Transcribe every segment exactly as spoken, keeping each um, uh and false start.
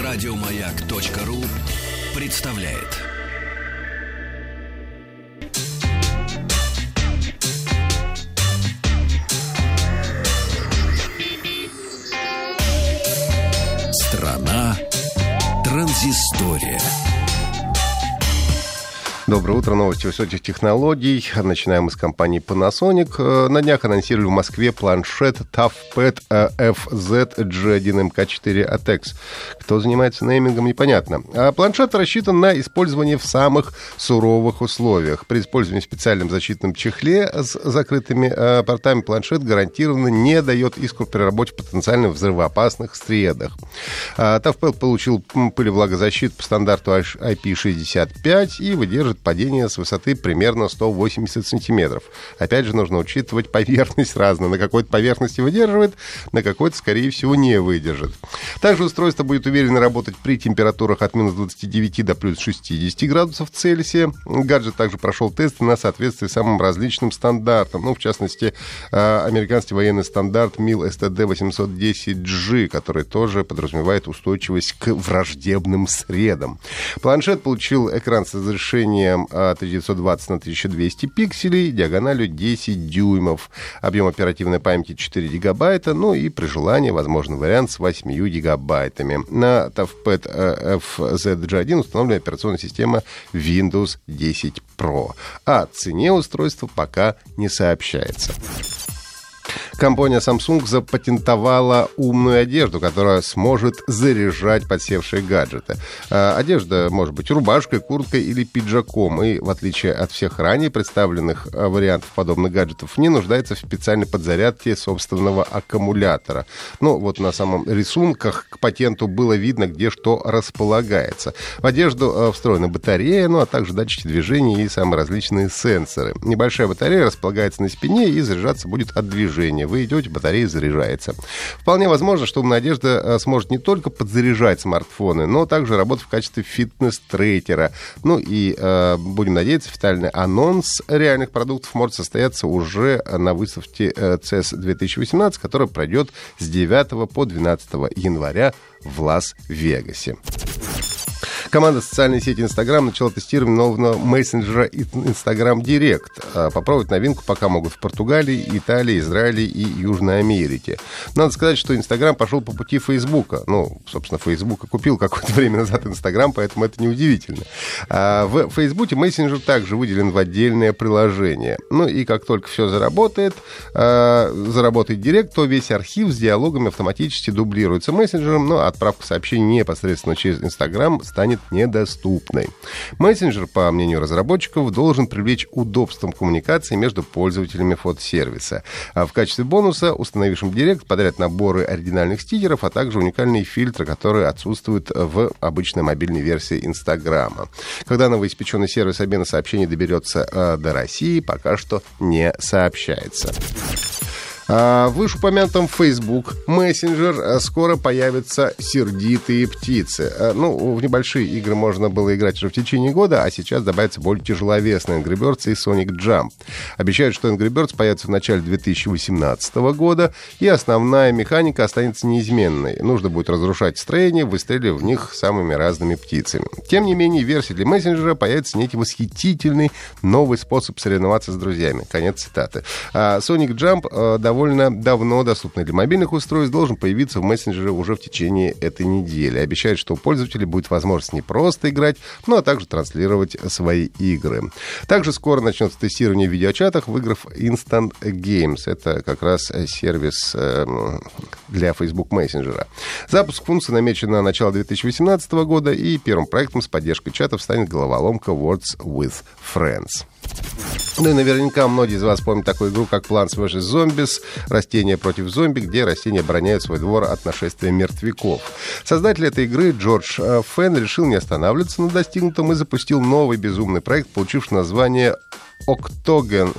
Радиомаяк.ру представляет. Страна транзистория. Доброе утро, новости высоких технологий. Начинаем мы с компании Panasonic. На днях анонсировали в Москве планшет ToughPad эф зет джи один эм ка четыре эй ти икс. Кто занимается неймингом, непонятно. А планшет рассчитан на использование в самых суровых условиях. При использовании в специальном защитном чехле с закрытыми э, портами планшет гарантированно не дает искру при работе в потенциально взрывоопасных средах. А, ToughPad получил пылевлагозащиту по стандарту ай пи шестьдесят пять и выдержит падение с высоты примерно сто восемьдесят сантиметров. Опять же, нужно учитывать поверхность разную. На какой-то поверхности выдерживает, на какой-то, скорее всего, не выдержит. Также устройство будет уверенно работать при температурах от минус двадцати девяти до плюс шестидесяти градусов Цельсия. Гаджет также прошел тесты на соответствие самым различным стандартам. Ну, в частности, американский военный стандарт мил эс ти ди восемьсот десять джи, который тоже подразумевает устойчивость к враждебным средам. Планшет получил экран с разрешением тысяча девятьсот двадцать на тысяча двести пикселей, диагональю десять дюймов, объем оперативной памяти четыре гигабайта, ну и при желании возможен вариант с восемью гигабайтами. На ToughPad эф зет джи один установлена операционная система Windows десять про. О цене устройства пока не сообщается. Компания Samsung запатентовала умную одежду, которая сможет заряжать подсевшие гаджеты. Одежда может быть рубашкой, курткой или пиджаком. И, в отличие от всех ранее представленных вариантов подобных гаджетов, не нуждается в специальной подзарядке собственного аккумулятора. Ну, вот на самом рисунках к патенту было видно, где что располагается. В одежду встроена батарея, ну, а также датчики движения и самые различные сенсоры. Небольшая батарея располагается на спине и заряжаться будет от движения. Вы идете, батарея заряжается. Вполне возможно, что умная одежда сможет не только подзаряжать смартфоны, но также работать в качестве фитнес-трекера. Ну и, э, будем надеяться, официальный анонс реальных продуктов может состояться уже на выставке си и эс две тысячи восемнадцать, которая пройдет с девятого по двенадцатое января в Лас-Вегасе. Команда социальной сети Instagram начала тестирование нового мессенджера Instagram Direct. Попробовать новинку пока могут в Португалии, Италии, Израиле и Южной Америке. Надо сказать, что Instagram пошел по пути Фейсбука. Ну, собственно, Facebook купил какое-то время назад Instagram, поэтому это неудивительно. А в Фейсбуке мессенджер также выделен в отдельное приложение. Ну и как только все заработает, а, заработает Direct, то весь архив с диалогами автоматически дублируется мессенджером, но отправка сообщений непосредственно через Instagram станет недоступной. Мессенджер, по мнению разработчиков, должен привлечь удобством коммуникации между пользователями фотосервиса. А в качестве бонуса установившим Direct подарят наборы оригинальных стикеров, а также уникальные фильтры, которые отсутствуют в обычной мобильной версии Инстаграма. Когда новоиспеченный сервис обмена сообщений доберется э, до России, пока что не сообщается. В вышеупомянутом Facebook Messenger скоро появятся сердитые птицы. Ну, в небольшие игры можно было играть уже в течение года, а сейчас добавятся более тяжеловесные Angry Birds и Sonic Jump. Обещают, что Angry Birds появится в начале две тысячи восемнадцатого года, и основная механика останется неизменной. Нужно будет разрушать строения, выстреливая в них самыми разными птицами. Тем не менее, в версии для мессенджера появится некий восхитительный новый способ соревноваться с друзьями. Конец цитаты. А Sonic Jump довольно довольно давно доступный для мобильных устройств, должен появиться в мессенджере уже в течение этой недели. Обещает, что у пользователей будет возможность не просто играть, но а также транслировать свои игры. Также скоро начнется тестирование в видеочатах в играх Instant Games. Это как раз сервис э, для Facebook мессенджера. Запуск функции намечен на начало две тысячи восемнадцатого года, и первым проектом с поддержкой чатов станет головоломка Words with Friends. Ну и наверняка многие из вас помнят такую игру, как Plants versus. Zombies, растения против зомби, где растения обороняют свой двор от нашествия мертвяков. Создатель этой игры Джордж Фен решил не останавливаться на достигнутом и запустил новый безумный проект, получивший название Octogen.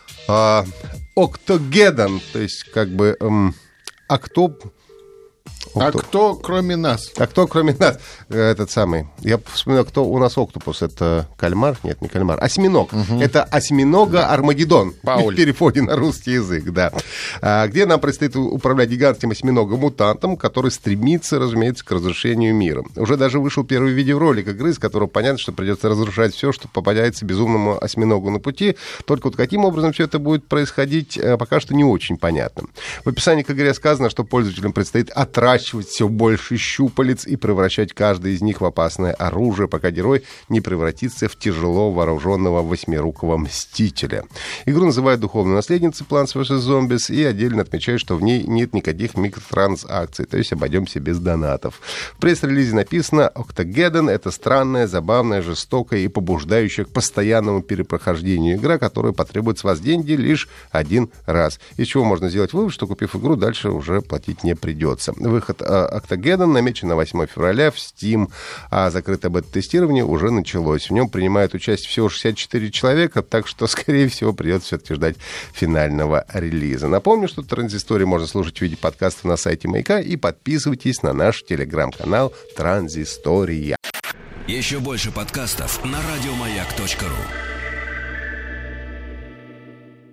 А, Octogedon, то есть как бы эм, Окто... А кто, кроме нас? А кто, кроме нас? Этот самый. Я вспоминаю, кто у нас октопус. Это кальмар? Нет, не кальмар. Осьминог. Угу. Это осьминога Армагеддон. Пауль. В переводе на русский язык, да. А, где нам предстоит управлять гигантским осьминогом-мутантом, который стремится, разумеется, к разрушению мира. Уже даже вышел первый видеоролик игры, из которого понятно, что придется разрушать все, что попадается безумному осьминогу на пути. Только вот каким образом все это будет происходить, пока что не очень понятно. В описании к игре сказано, что пользователям предстоит отращивать все больше щупалец и превращать каждый из них в опасное оружие, пока герой не превратится в тяжело вооруженного восьмирукого мстителя. Игру называют «Духовной наследницей Plants версус. Zombies» и отдельно отмечают, что в ней нет никаких микротранзакций, то есть обойдемся без донатов. В пресс-релизе написано: «Octageddon» — это странная, забавная, жестокая и побуждающая к постоянному перепрохождению игра, которая потребует с вас деньги лишь один раз. Из чего можно сделать вывод, что, купив игру, дальше уже платить не придется. Выход Octageddon намечен на восьмое февраля в Steam, а закрытое бета-тестирование уже началось. В нем принимают участие всего шестьдесят четыре человека, так что, скорее всего, придется все-таки ждать финального релиза. Напомню, что Транзистория можно слушать в виде подкаста на сайте Маяка, и подписывайтесь на наш телеграм-канал Транзистория. Еще больше подкастов на радиомаяк точка ру.